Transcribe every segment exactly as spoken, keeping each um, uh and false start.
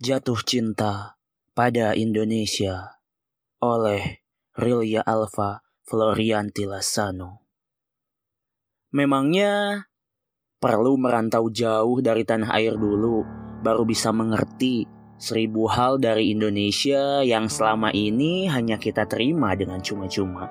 Jatuh Cinta pada Indonesia oleh Rilya Alfa Florianti Lasano. Memangnya perlu merantau jauh dari tanah air dulu baru bisa mengerti seribu hal dari Indonesia yang selama ini hanya kita terima dengan cuma-cuma.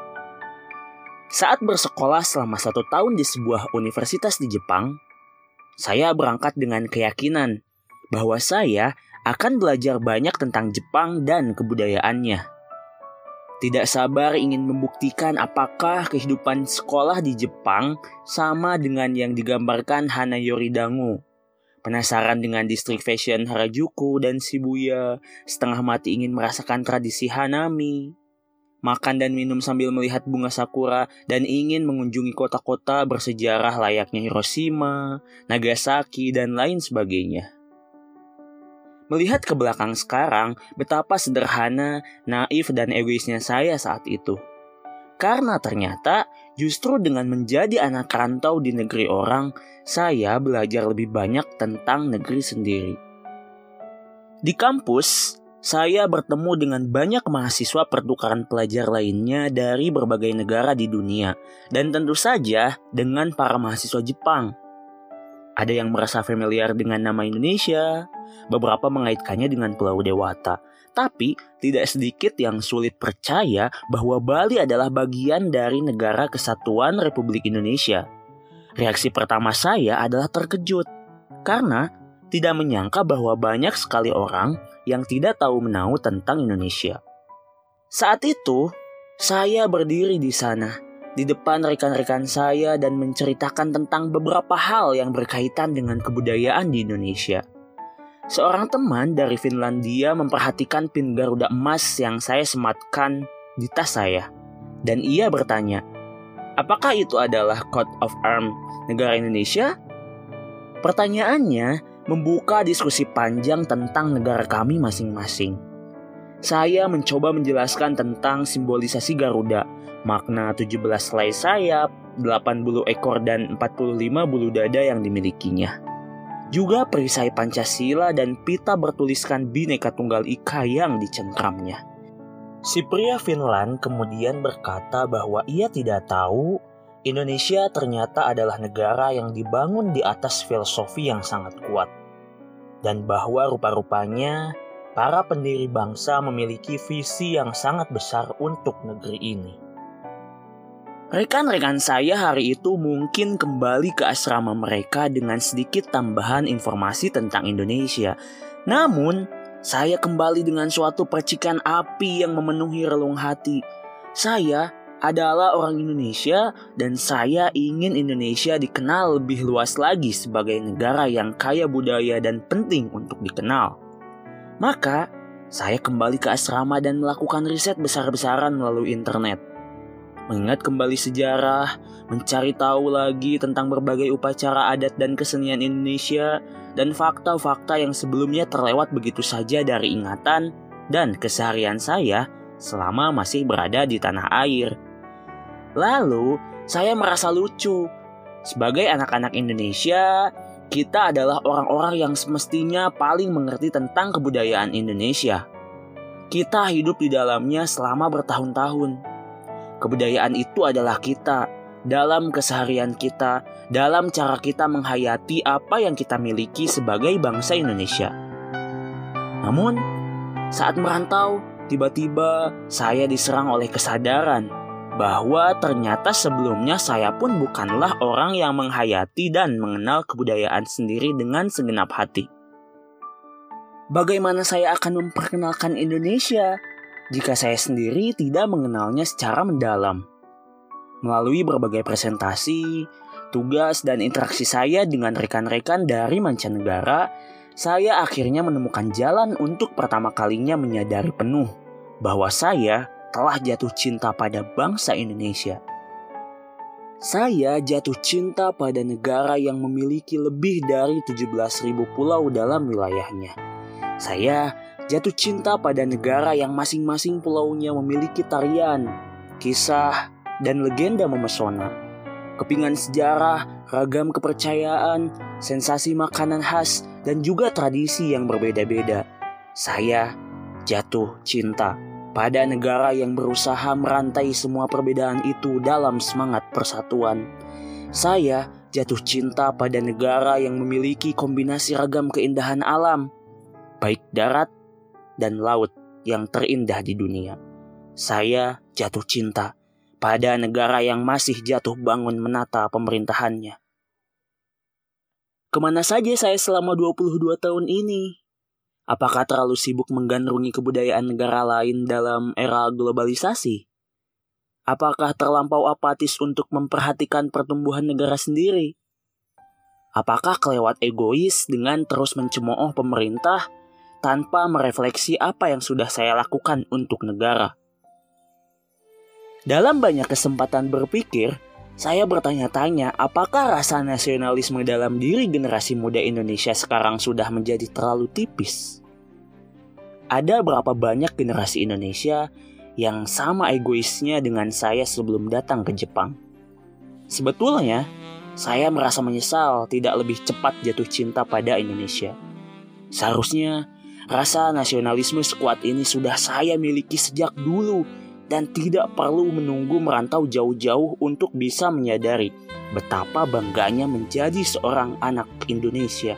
Saat bersekolah selama satu tahun di sebuah universitas di Jepang, saya berangkat dengan keyakinan bahwa saya akan belajar banyak tentang Jepang dan kebudayaannya. Tidak sabar ingin membuktikan apakah kehidupan sekolah di Jepang sama dengan yang digambarkan Hanayori Dango. Penasaran dengan distrik fashion Harajuku dan Shibuya, setengah mati ingin merasakan tradisi Hanami. Makan dan minum sambil melihat bunga sakura dan ingin mengunjungi kota-kota bersejarah layaknya Hiroshima, Nagasaki, dan lain sebagainya. Melihat ke belakang sekarang, betapa sederhana, naif, dan egoisnya saya saat itu. Karena ternyata justru dengan menjadi anak rantau di negeri orang, saya belajar lebih banyak tentang negeri sendiri. Di kampus, saya bertemu dengan banyak mahasiswa pertukaran pelajar lainnya dari berbagai negara di dunia, dan tentu saja dengan para mahasiswa Jepang. Ada yang merasa familiar dengan nama Indonesia, beberapa mengaitkannya dengan Pulau Dewata. Tapi tidak sedikit yang sulit percaya bahwa Bali adalah bagian dari Negara Kesatuan Republik Indonesia. Reaksi pertama saya adalah terkejut, karena tidak menyangka bahwa banyak sekali orang yang tidak tahu menau tentang Indonesia. Saat itu, saya berdiri di sana, di depan rekan-rekan saya dan menceritakan tentang beberapa hal yang berkaitan dengan kebudayaan di Indonesia. Seorang teman dari Finlandia memperhatikan pin Garuda emas yang saya sematkan di tas saya. Dan ia bertanya, apakah itu adalah coat of arms negara Indonesia? Pertanyaannya membuka diskusi panjang tentang negara kami masing-masing. Saya mencoba menjelaskan tentang simbolisasi Garuda, makna tujuh belas helai sayap, delapan puluh ekor dan empat puluh lima bulu dada yang dimilikinya. Juga perisai Pancasila dan pita bertuliskan Bhinneka Tunggal Ika yang dicengkramnya. Si pria Finland kemudian berkata bahwa ia tidak tahu Indonesia ternyata adalah negara yang dibangun di atas filosofi yang sangat kuat. Dan bahwa rupa-rupanya para pendiri bangsa memiliki visi yang sangat besar untuk negeri ini. Rekan-rekan saya hari itu mungkin kembali ke asrama mereka dengan sedikit tambahan informasi tentang Indonesia. Namun, saya kembali dengan suatu percikan api yang memenuhi relung hati. Saya adalah orang Indonesia dan saya ingin Indonesia dikenal lebih luas lagi sebagai negara yang kaya budaya dan penting untuk dikenal. Maka, saya kembali ke asrama dan melakukan riset besar-besaran melalui internet. Mengingat kembali sejarah, mencari tahu lagi tentang berbagai upacara adat dan kesenian Indonesia, dan fakta-fakta yang sebelumnya terlewat begitu saja dari ingatan dan keseharian saya selama masih berada di tanah air. Lalu, saya merasa lucu. Sebagai anak-anak Indonesia, kita adalah orang-orang yang semestinya paling mengerti tentang kebudayaan Indonesia. Kita hidup di dalamnya selama bertahun-tahun. Kebudayaan itu adalah kita, dalam keseharian kita, dalam cara kita menghayati apa yang kita miliki sebagai bangsa Indonesia. Namun, saat merantau, tiba-tiba saya diserang oleh kesadaran bahwa ternyata sebelumnya saya pun bukanlah orang yang menghayati dan mengenal kebudayaan sendiri dengan segenap hati. Bagaimana saya akan memperkenalkan Indonesia jika saya sendiri tidak mengenalnya secara mendalam? Melalui berbagai presentasi, tugas, dan interaksi saya dengan rekan-rekan dari mancanegara, saya akhirnya menemukan jalan untuk pertama kalinya menyadari penuh bahwa saya telah jatuh cinta pada bangsa Indonesia. Saya jatuh cinta pada negara yang memiliki lebih dari tujuh belas ribu pulau dalam wilayahnya. Saya jatuh cinta pada negara yang masing-masing pulaunya memiliki tarian, kisah, dan legenda memesona. Kepingan sejarah, ragam kepercayaan, sensasi makanan khas, dan juga tradisi yang berbeda-beda. Saya jatuh cinta pada negara yang berusaha merantai semua perbedaan itu dalam semangat persatuan. Saya jatuh cinta pada negara yang memiliki kombinasi ragam keindahan alam, baik darat dan laut yang terindah di dunia. Saya jatuh cinta pada negara yang masih jatuh bangun menata pemerintahannya. Kemana saja saya selama dua puluh dua tahun ini? Apakah terlalu sibuk menggandrungi kebudayaan negara lain dalam era globalisasi? Apakah terlampau apatis untuk memperhatikan pertumbuhan negara sendiri? Apakah kelewat egois dengan terus mencemooh pemerintah tanpa merefleksi apa yang sudah saya lakukan untuk negara? Dalam banyak kesempatan berpikir, saya bertanya-tanya apakah rasa nasionalisme dalam diri generasi muda Indonesia sekarang sudah menjadi terlalu tipis? Ada berapa banyak generasi Indonesia yang sama egoisnya dengan saya sebelum datang ke Jepang? Sebetulnya, saya merasa menyesal tidak lebih cepat jatuh cinta pada Indonesia. Seharusnya, rasa nasionalisme sekuat ini sudah saya miliki sejak dulu dan tidak perlu menunggu merantau jauh-jauh untuk bisa menyadari betapa bangganya menjadi seorang anak Indonesia.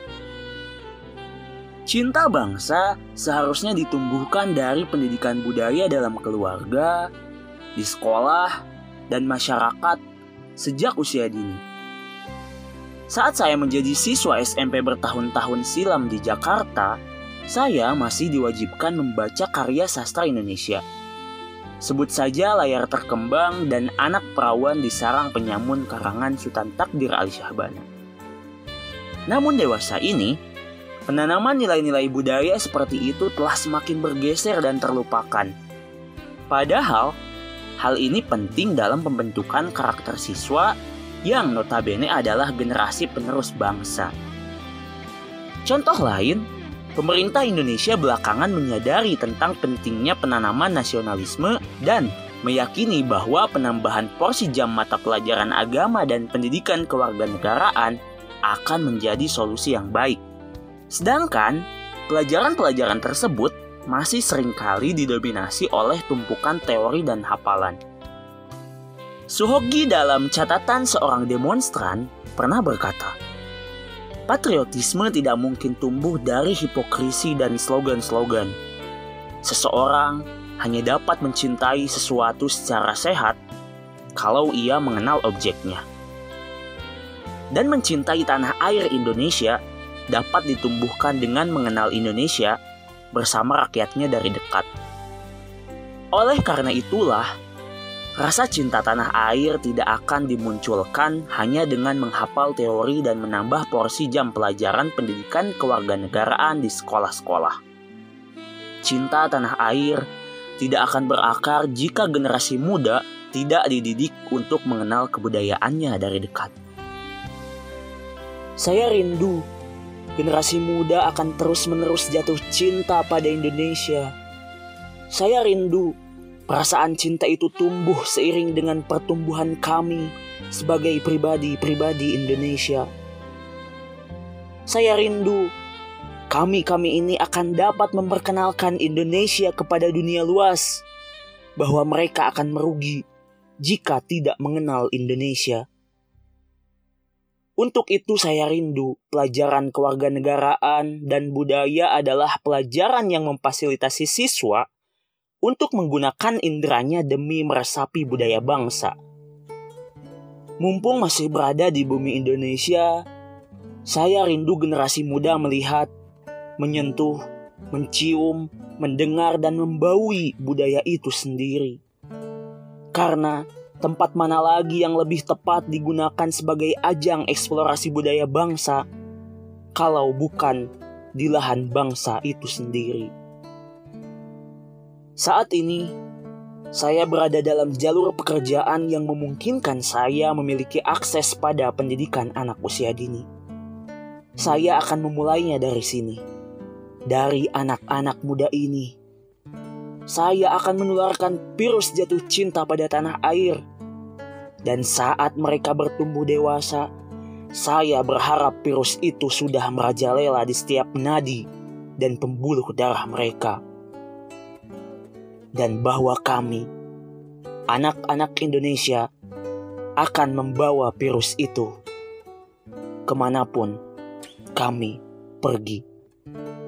Cinta bangsa seharusnya ditumbuhkan dari pendidikan budaya dalam keluarga, di sekolah, dan masyarakat sejak usia dini. Saat saya menjadi siswa S M P bertahun-tahun silam di Jakarta, saya masih diwajibkan membaca karya sastra Indonesia. Sebut saja Layar Terkembang dan Anak Perawan di Sarang Penyamun karangan Sutan Takdir Ali Syahbana. Namun dewasa ini, penanaman nilai-nilai budaya seperti itu telah semakin bergeser dan terlupakan. Padahal, hal ini penting dalam pembentukan karakter siswa yang notabene adalah generasi penerus bangsa. Contoh lain, pemerintah Indonesia belakangan menyadari tentang pentingnya penanaman nasionalisme dan meyakini bahwa penambahan porsi jam mata pelajaran agama dan pendidikan kewarganegaraan akan menjadi solusi yang baik. Sedangkan, pelajaran-pelajaran tersebut masih seringkali didominasi oleh tumpukan teori dan hafalan. Suhogi dalam catatan seorang demonstran pernah berkata, patriotisme tidak mungkin tumbuh dari hipokrisi dan slogan-slogan. Seseorang hanya dapat mencintai sesuatu secara sehat kalau ia mengenal objeknya. Dan mencintai tanah air Indonesia dapat ditumbuhkan dengan mengenal Indonesia bersama rakyatnya dari dekat. Oleh karena itulah, rasa cinta tanah air tidak akan dimunculkan hanya dengan menghafal teori dan menambah porsi jam pelajaran pendidikan kewarganegaraan di sekolah-sekolah. Cinta tanah air tidak akan berakar jika generasi muda tidak dididik untuk mengenal kebudayaannya dari dekat. Saya rindu generasi muda akan terus-menerus jatuh cinta pada Indonesia. Saya rindu perasaan cinta itu tumbuh seiring dengan pertumbuhan kami sebagai pribadi-pribadi Indonesia. Saya rindu kami-kami ini akan dapat memperkenalkan Indonesia kepada dunia luas, bahwa mereka akan merugi jika tidak mengenal Indonesia. Untuk itu saya rindu pelajaran kewarganegaraan dan budaya adalah pelajaran yang memfasilitasi siswa untuk menggunakan inderanya demi meresapi budaya bangsa. Mumpung masih berada di bumi Indonesia, saya rindu generasi muda melihat, menyentuh, mencium, mendengar dan membaui budaya itu sendiri. Karena tempat mana lagi yang lebih tepat digunakan sebagai ajang eksplorasi budaya bangsa kalau bukan di lahan bangsa itu sendiri. Saat ini, saya berada dalam jalur pekerjaan yang memungkinkan saya memiliki akses pada pendidikan anak usia dini. Saya akan memulainya dari sini, dari anak-anak muda ini. Saya akan menularkan virus jatuh cinta pada tanah air. Dan saat mereka bertumbuh dewasa, Saya berharap virus itu sudah merajalela di setiap nadi dan pembuluh darah mereka. Dan bahwa kami, anak-anak Indonesia, akan membawa virus itu kemanapun kami pergi.